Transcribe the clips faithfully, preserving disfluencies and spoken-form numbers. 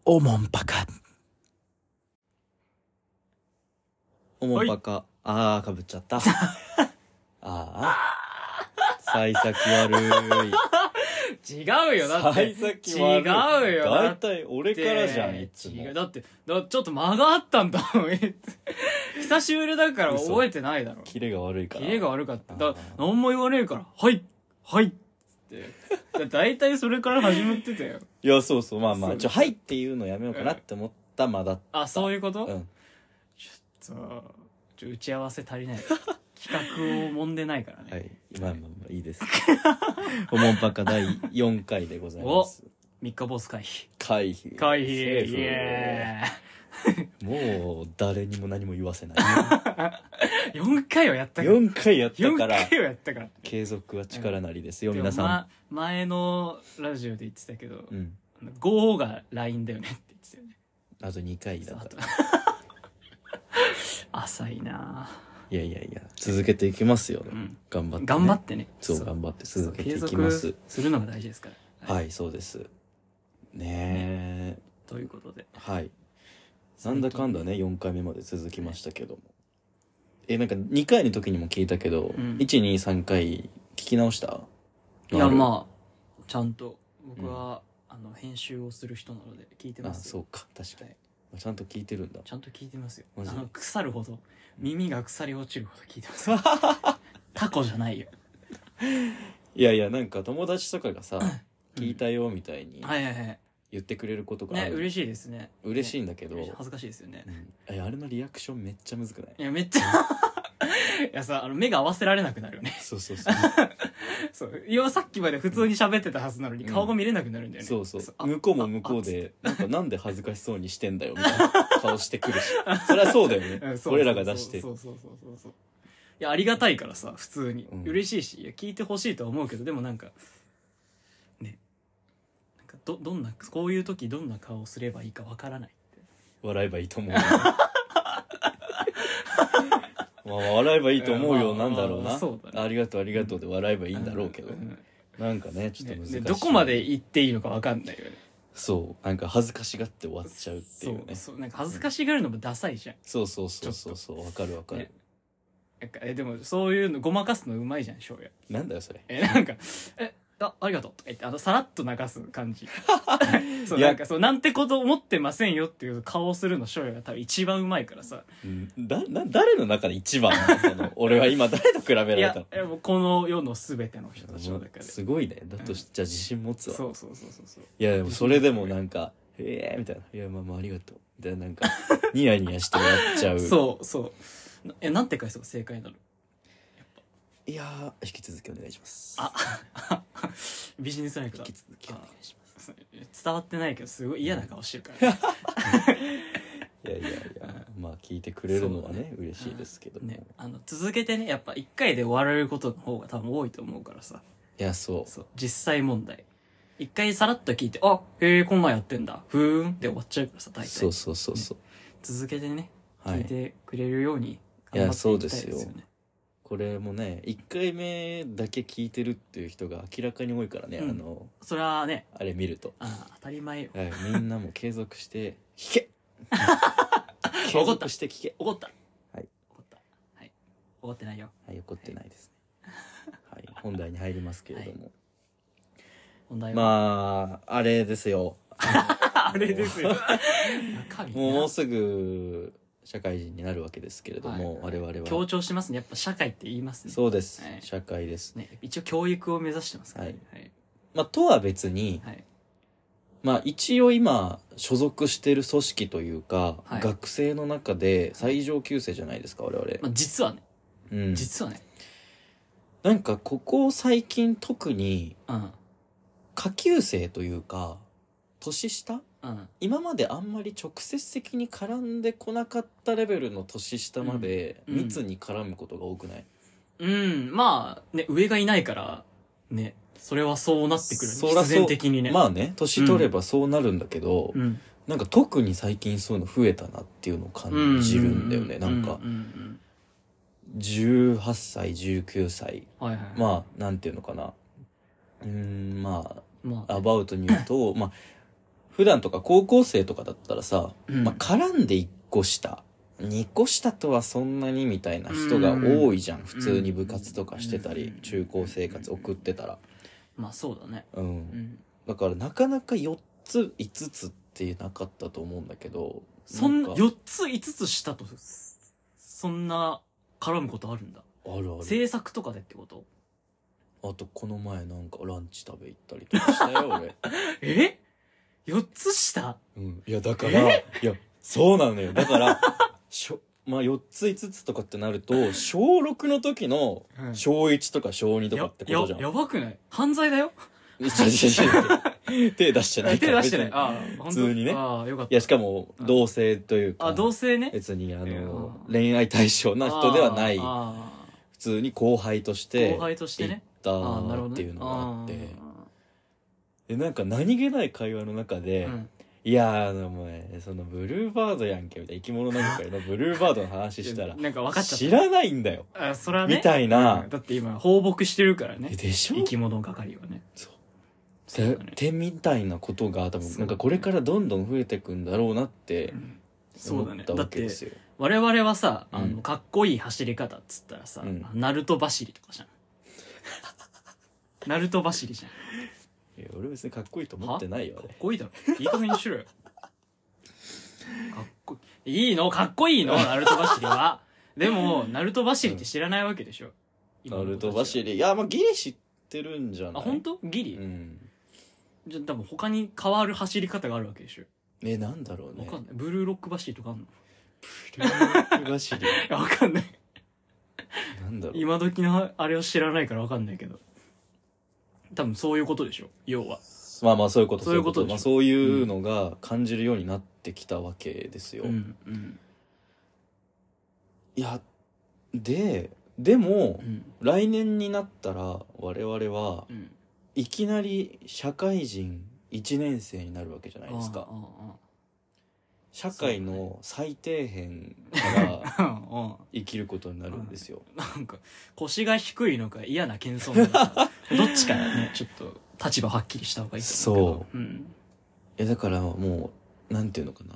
おもんぱかおもんぱか、あーかぶっちゃったああ幸先悪い違うよだって幸先悪い違うよだ大って体俺からじゃんいつも違うだってだちょっと間があったんだもん久しぶりだから覚えてないだろキレが悪いからキレが悪かっただあー何も言わねえからはいはいってだ大体それから始まってたよいやそうそうまあまそうあちょはいっていうのやめようかなって思った間だったあそういうこと、 うんちょっとちょ打ち合わせ足りない企画をもんでないからね、 はいまあまあまあいいですおもんぱかだいよんかいでございます三日坊主回避回避回避セーフイエもう誰にも何も言わせないーイよんかいはやったからよんかいやった 4 から回はやったから継続は力なりですよ、 でも皆さん、 ま前のラジオで言ってたけど、 うんごが ライン だよねって言ってたよねあとにかいだあとから浅いないやいやいや続けていきますよ、 うん頑張って、ね、 頑張ってねそう頑張って続けてい継きます続するのが大事ですからはい、そうですねえということではいなんだかんだねよんかいめまで続きましたけどもえなんかにかいの時にも聞いたけど、 うん、 いちにさんかい聞き直したいやまあちゃんと僕は、うん、あの編集をする人なので聞いてますよ。 あそうか確かに、 はい、 ちゃんと聞いてるんだ。 ちゃんと聞いてますよ。 マジあの腐るほど耳が腐り落ちるほど聞いてますタコじゃないよ。 いやいやなんか友達とかがさ聞いたよみたいにはいはいはい言ってくれることがある、 ね嬉しいですね。 嬉しいんだけど、 ね恥ずかしいですよね、 うん、えあれのリアクションめっちゃむずくない？ いやめっちゃいやさあの目が合わせられなくなるよねそうそうそうそう今さっきまで普通に喋ってたはずなのに顔が見れなくなるんだよね、 そうそうあ向こうも向こうでなんかなんで恥ずかしそうにしてんだよみたいな顔してくるしそりゃそうだよね、 うんそう俺らが出してそうそうそうそうそういやありがたいからさ普通に、 うん嬉しいしいや聞いてほしいとは思うけどでもなんかねなんかどどんなこういう時どんな顔すればいいかわからないって笑えばいいと思うまあ笑えばいいと思うよ、 まあなんだろうな、 そうだねありがとうありがとうで笑えばいいんだろうけど、 んなんかねちょっと難しい、 ねねどこまで言っていいのかわかんないよねそうなんか恥ずかしがって終わっちゃうっていうねそうそうなんか恥ずかしがるのもダサいじゃん、 そうそうそうそうそうわかるわかる、 ねなんかえでもそういうのごまかすのうまいじゃん翔也なんだよそれえなんかえあありがとうとか言ってあのさらっと流す感じそういやなんかそうなんてこと思ってませんよっていう顔をするの翔也が多分一番うまいからさうんだな誰の中で一番なのその俺は今誰と比べらいやれたのいやもうこの世の全ての人たちの中ですごいねだとし、じゃあ自信持つわそうそうそうそうそういやでもそれでもなんか「ええー」みたいな「いやまあまあありがとう」みたいななんかニヤニヤして笑っちゃうそうそうなえなんて返すの正解なのいやー引き続きお願いしますあビジネスライクだ引き続きお願いします伝わってないけどすごい嫌な顔してるから、ね、 いやいやいやまあ聞いてくれるのはね嬉しいですけども、 ね、あの続けてねやっぱいっかいで終わられることの方が多分多いと思うからさいやそうそう実際問題一回さらっと聞いてあへえこんなんやってんだふーんって終わっちゃうからさ大体そうそうそうそう、 ね、続けてねはい聞いてくれるようにいや頑張っていきたいですよね、 そうですよこれもねいっかいめだけ聞いてるっていう人が明らかに多いからね、 うんあのそれはねあれ見ると、 あ当たり前よはい、みんなも継続して聞け継怒った続して聞け怒ったはい怒ったはい怒ってないよはい怒ってないですねはい本題に入りますけれども、 問題は、 まああれですよあれですよ中身なもうもうすぐ社会人になるわけですけれども、 はい我々は強調しますねやっぱ社会って言いますねそうです、 はい社会ですね一応教育を目指してますから、 はいはいまあとは別に、 はいまあ一応今所属してる組織というか、 はい学生の中で最上級生じゃないですか我々、 まあ、実はねうん、 実はねなんかここ最近特にうん下級生というか年下うん今まであんまり直接的に絡んでこなかったレベルの年下までうんうん密に絡むことが多くない、 うんまあね上がいないからねそれはそうなってくるそらそう必然的にねまあね年取ればそうなるんだけど、 うんなんか特に最近そういうの増えたなっていうのを感じるんだよね、なんかうんうんじゅうはっさいじゅうきゅうさいはいはいまあなんていうのかなうーんままあアバウトに言うとまあ普段とか高校生とかだったらさ、 うんまあ、絡んでいっこ下にこ下とはそんなにみたいな人が多いじゃん、 うん普通に部活とかしてたり、 うん中高生活送ってたら、 まあそうだね。 うん、 うん。 だからなかなかよっついつつってなかったと思うんだけど、 そんな、 かよっついつつしたと、そんな絡むことあるんだ。 あるある。 制作とかでってこと？ あとこの前なんかランチ食べ行ったりとかしたよ俺。 え ?よっ つ下？ うん、いやだからいやそうなのよ。だからしょまあよっついつつとかってなると小ろくの時のうん小いちとか小にとかやってことじゃん。 ややばくない？犯罪だよ。 いやいやいや手出してない手から出してない。 別にああ、本当普通にねああ、よかった。 いやしかも同性というかあ、同性ね。 別にあいやの恋愛対象な人ではないあ普通に後輩としあて後輩として行っね。ああ、なるほどね。 たっていうのがあってあでなんか何気ない会話の中あで、 うんいやー、もうね、そのブルーバードやんけみたいな生き物なんかのブルーバードの話したらなんか分かっちゃった。 知らないんだよあ、それはね。 みたいなうんだって今放牧してるからねえ。でしょ生き物係はね。 そうそうだね手みたいなことが多分そうなんかこれからどんどん増えてくんだろうなってうんそうだね。 思っただってわけですよ、 我々はさ、あうんの、かっこいい走り方っつったらさ、 うんナルト走りとかじゃん。ナルト走りじゃん。 いや俺別にかっこいいと思ってないよあれかっこいいだろ。いい加減にしろよ。かっこいい。いいのかっこいいのナルト走りは。でも、ナルト走りって知らないわけでしょ。 ナルトり。 走りいやまあギリ知ってるんじゃないあ、本当？ギリ、 うんじゃあ多分他に変わる走り方があるわけでしょ。 えなんだろうねわかんない。ブルーロック走りとかあんの？ ブルーロック走りいや、わかんない。 なんだろう今時のあれを知らないからわかんないけど。多分そういうことでしょ。要は。 まあまあそういうことそういうことでしょまあ、そういうのが感じるようになってきたわけですよ、 うん。うん。 いやででも、 うん。 来年になったら我々はうん。 いきなり社会人いちねん生になるわけじゃないですか。 あああ社会の最底辺からあああ生きることになるんですよ。 なんか腰が低いのか嫌な謙遜なのかどっちかねちょっと立場はっきりした方がいいと思うけど。 そううん。 いやだからもうなんていうのかな、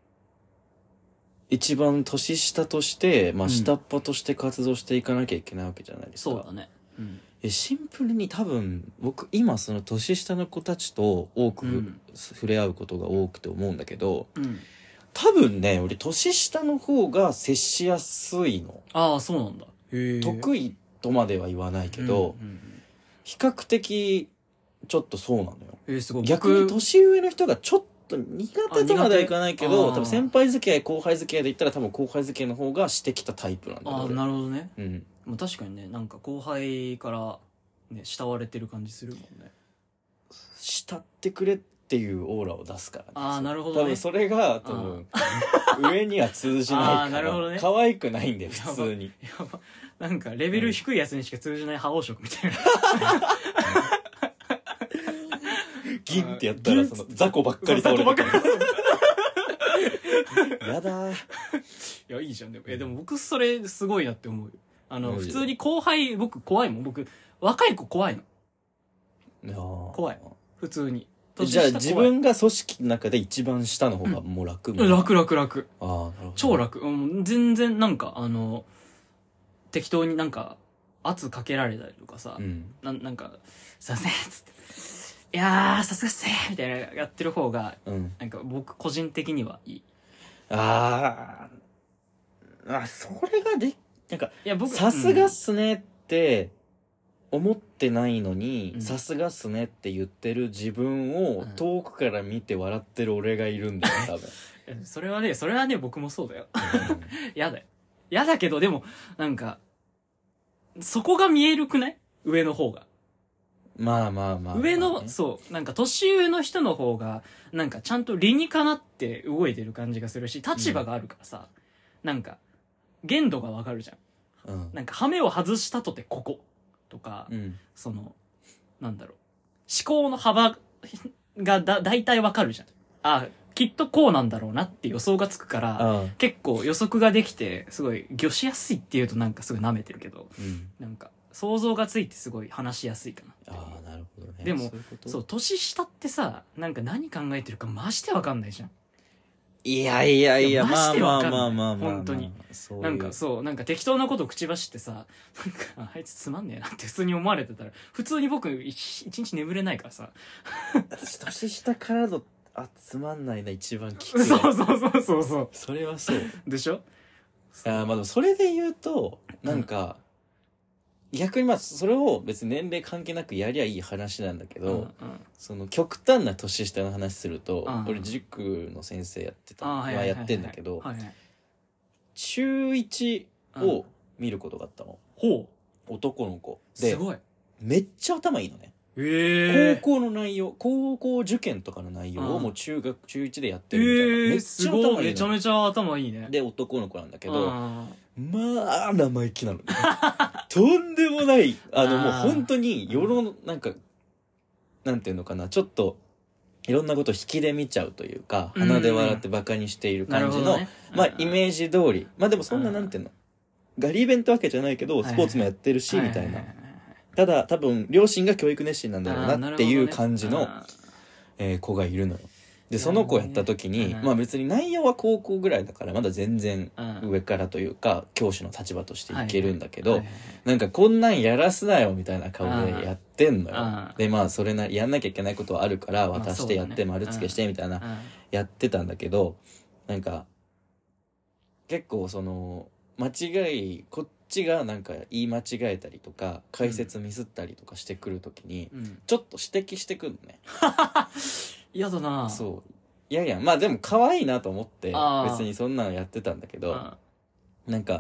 一番年下として、まあ、 うん下っ端として活動していかなきゃいけないわけじゃないですか。 そうだね。うん。 えシンプルに多分僕今その年下の子たちと多く、 うん触れ合うことが多くて思うんだけど、 うん。 多分ね俺年下の方が接しやすいの。 ああ、そうなんだ。へえ。 得意とまでは言わないけど、 うんうんうん比較的ちょっとそうなのよ。 えー、すごい。 逆に僕年上の人がちょっと苦手とまではいかないけあ苦手あーど、多分先輩付き合い後輩付き合いで言ったら多分後輩付き合いの方がしてきたタイプなんだよああ、 俺。 なるほどね。 うん。 まあ、確かにね、なんか後輩からね、慕われてる感じするもんね。 慕ってくれっていうオーラを出すからね。 ああ、なるほどね。 多分それが多分上には通じないあーからなるほどね可愛くないんだよ普通に。 やば。なんかレベル低いやつにしか通じない覇王色みたいな。 ギンってやったらその雑魚ばっかり倒れてくる。やだー。 いや、いいじゃん。でも、え、でも僕それすごいなって思うよ。あの、 マジで普通に後輩、僕怖いもん。僕、若い子怖いの。 いやー怖い普通に。 じゃあ年下怖い自分が組織の中で一番下の方がもう楽、 うん楽楽楽。 ああなるほど超楽。うん、全然なんか、あの、適当になんか、圧かけられたりとかさ、 うんななんか、すいません、つって。いやー、さすがっすねみたいなやってる方が、 うんなんか僕個人的にはいい。 あーあそれがでなんかいや、僕、 さすがっすねって思ってないのにうんさすがっすねって言ってる自分をうん遠くから見て笑ってる俺がいるんだよ多分うんそれはね、それはね、僕もそうだよ。やだよ。やだけど、でも、なんか、そこが見えるくない上の方が。 まあまあまあ、 上の、 まあねそう、なんか年上の人の方が、なんかちゃんと理にかなって動いてる感じがするし、立場があるからさ、なんか、限度がわかるじゃん。 うんなんか、羽目を外したとてここ。とか、 うんその、なんだろう。思考の幅がだ、だいたいわかるじゃん。あ、きっとこうなんだろうなって予想がつくから、 ああ結構予測ができて、すごい、魚しやすいっていうとなんかすごい舐めてるけど、 うんなんか、想像がついてすごい話しやすいかなって思う。 ああなるほどね、 でもそういうことそう年下ってさなんか何考えてるかマジで分かんないじゃん。 いやいやいや、 いやマまあまあジでわかんないまあまあまあ、 本当にそういうなんかそうなんか適当なこと口走ってさなんかあいつつまんねえなって普通に思われてたら普通に僕一一日眠れないからさ私年下からのあつまんないな一番聞くそうそうそうそうそうそれはそうでしょ。 あーまあでもそれで言うとなんか、逆にまあそれを別に年齢関係なくやりゃいい話なんだけど、 うんうんその極端な年下の話すると、 うん俺塾の先生やってたあーはいはいはいはいやってんだけど、 はいはい中いちを見ることがあったの、 ほ男の子うですごいめっちゃ頭いいのね、 ええ高校の内容高校受験とかの内容をうんもう中学中いちでやってえるみたいな、 えめっすごいちゃ頭いいのめちゃめちゃ頭いいねで男の子なんだけど、 あまあ生意気なのねとんでもないあのもうあー本当に世のなんかなんていうのかなちょっといろんなことを引きで見ちゃうというかうん鼻で笑ってバカにしているーなる感じの、 ほどねまあイメージ通りまあでもそんなうんなんていうのガリ勉ってわけじゃないけどはいスポーツもやってるしみたいなはははただ多分両親が教育熱心なんだろうあーなっていう感じの、 なるほどねえー子がいるのよでその子やった時に、 うんまあ別に内容は高校ぐらいだからまだ全然うん上からというか教師の立場としていけるんだけど、 はいはいはいなんかこんなんやらすなよみたいな顔でやってんのようんでまあそれなやんなきゃいけないことはあるからまあ渡してやってそうだね丸付けしてみたいなうんやってたんだけどなんか結構その間違いこっちがなんか言い間違えたりとか解説ミスったりとかしてくるときにうんちょっと指摘してくるのね嫌だなそういやいやまあでも可愛いなと思ってあー別にそんなのやってたんだけどうんなんか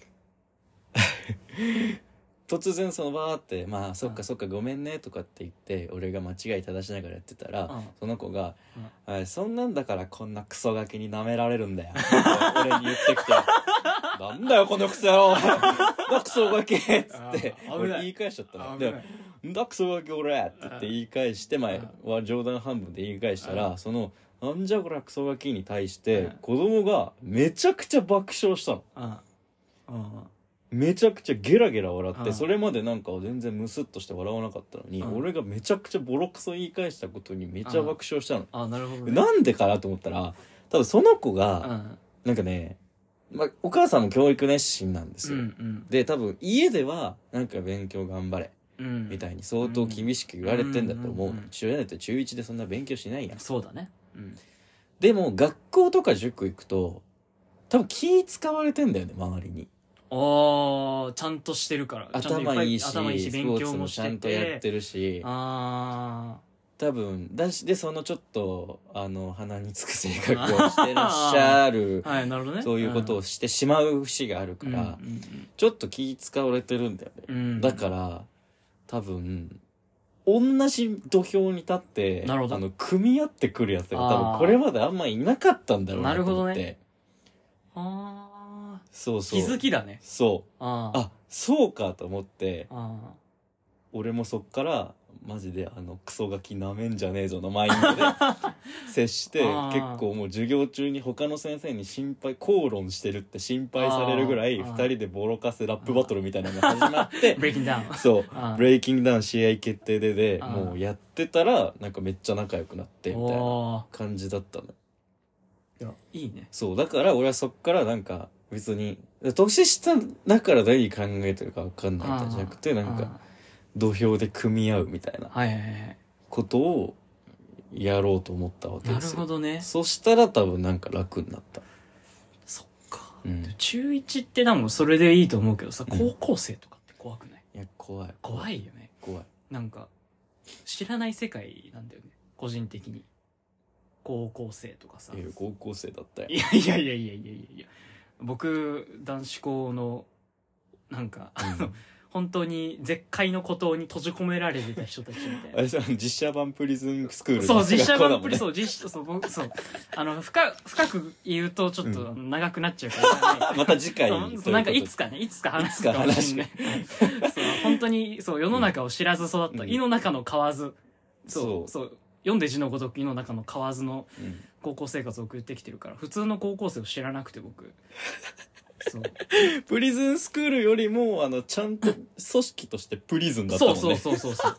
突然そのバーって「まあそっかそっかごめんね」とかって言って俺が間違い正しながらやってたら、 うんその子がうん 「あそんなんだからこんなクソガキに舐められるんだよ」俺に言ってきて「なんだよこのクソ野郎だクソガキ」っつってあー危ない俺言い返しちゃったので危ない 「んだクソガキ俺」って言って言い返してまあは冗談半分で言い返したらその「なんじゃこらクソガキ」に対してうん子供がめちゃくちゃ爆笑したの。 うんうんめちゃくちゃゲラゲラ笑って、 うんそれまでなんか全然ムスッとして笑わなかったのに、 うん俺がめちゃくちゃボロクソ言い返したことにめちゃ爆笑したの、 あなるほどねなんでかなと思ったら多分その子うが、 んなんかね、まあ、お母さんも教育熱心なんですうよ、 んうんで多分家ではなんか勉強頑張れうんみたいに相当厳しく言われてんだと思うの、 うんうんうん中年って中いちでそんな勉強しないやんそうだねうんでも学校とか塾行くと多分気使われてんだよね周りにああちゃんとしてるからちゃんとっぱ頭いいし頭いいしスポー勉強ツもちゃんもしてとやっててるしあ多分だしでそのちょっとあの鼻につく性格をしてらっしゃるあはいなるほどねそういうことをしてしまう節があるから、 うんうんちょっと気使われてるんだよね、 うんうんだから多分同じ土俵に立ってなるほどあの組み合ってくるやつが多あー分これまであんまいなかったんだろうなと思ってなるほどねあそうそうー気づきだねそうあーあそうかと思ってあ俺もそっからマジであのクソガキなめんじゃねえぞのマインドで接してあー結構もう授業中に他の先生に心配口論してるって心配されるぐらいあーふたりでボロカスラップバトルみたいなのが始まってーブレイキングダウンそうあーブレイキングダウン試合決定でであーもうやってたらなんかめっちゃ仲良くなってみたいなお感じだったのーいやいいねそうだから俺はそっからなんか別に年下だから何考えてるか分かんないみたいじゃなくてなんか土俵で組み合うみたいなはいはいはいことをやろうと思ったわけなるですよほどねそしたら多分なんか楽になった、 そっかうん、 中いちってでもそれでいいと思うけどさうん高校生とかって怖くないいや怖い怖いよね怖いなんか知らない世界なんだよね個人的に高校生とかさいや高校生だったよいやいやいやいやいやいやいや僕男子校のなんかうん本当に絶海の孤島に閉じ込められてた人たちみたいなあれじゃん実写版プリズンスクールのそう実写版プリ学校そう実写そう僕そうあの深深く言うとちょっと長くなっちゃうから、 だもんねまた次回そうそうなんかいつかねいつか話すかもしれないそう本当にそう世の中を知らず育った、 うん井の中の蛙そうそうそう読んで字のごとく井の中の蛙のうん高校生活を送ってきてるから普通の高校生を知らなくて僕そうプリズンスクールよりもあのちゃんと組織としてプリズンだったもんねそうそうそうそうそう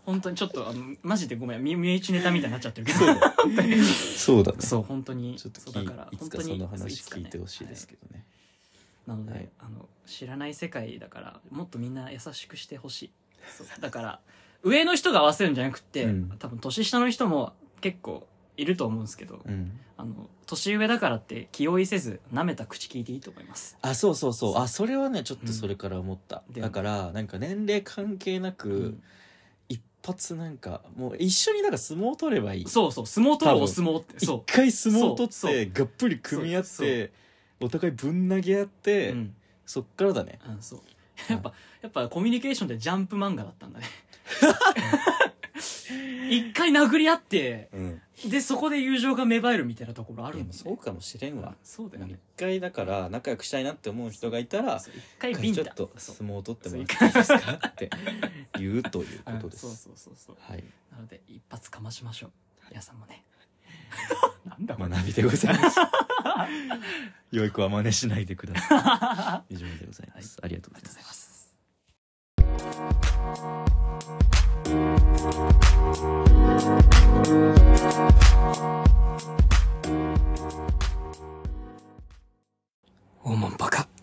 本当にちょっとあのマジでごめん身身内ネタみたいになっちゃってるけどそうだね。 そう本当にちょっとそうだからいつか本当にその話そうつかね聞いてほしいですけどね。 なので、 はいあの知らない世界だからもっとみんな優しくしてほしい。そうだから上の人が合わせるんじゃなくて、 うん多分年下の人も結構いると思うんですけど、 うん。 あの年上だからって気負いせず舐めた口聞いていいと思います。 あ、そうそうそう。あ、それはね、ちょっとそれから思った。 うんだから、なんか年齢関係なく、 うん一発なんか、もう一緒になんか相撲取ればいい。 そうそう相撲取ろうお相撲って一そ回相撲取そうって、がっぷり組み合っそうて、お互いぶん投げ合っう、 て、 うんそっからだね。 うん、そうやっぱやっぱコミュニケーションってジャンプ漫画だったんだね一回殴り合ってうん。 でそこで友情が芽生えるみたいなところあるでんだね。 もそうかもしれんわ。 そうだよね一。回だから仲良くしたいなって思う人がいたら、 そう一回ビンタちょっとそう相撲を取ってもらっていいですかって言うということです。 うんそうそうそうそうはい。 なので一発かましましょう皆さんもねなんだこれ学びでございます。良い子は真似しないでください。以上でございます。ありがとうございます。 ありがとうございます。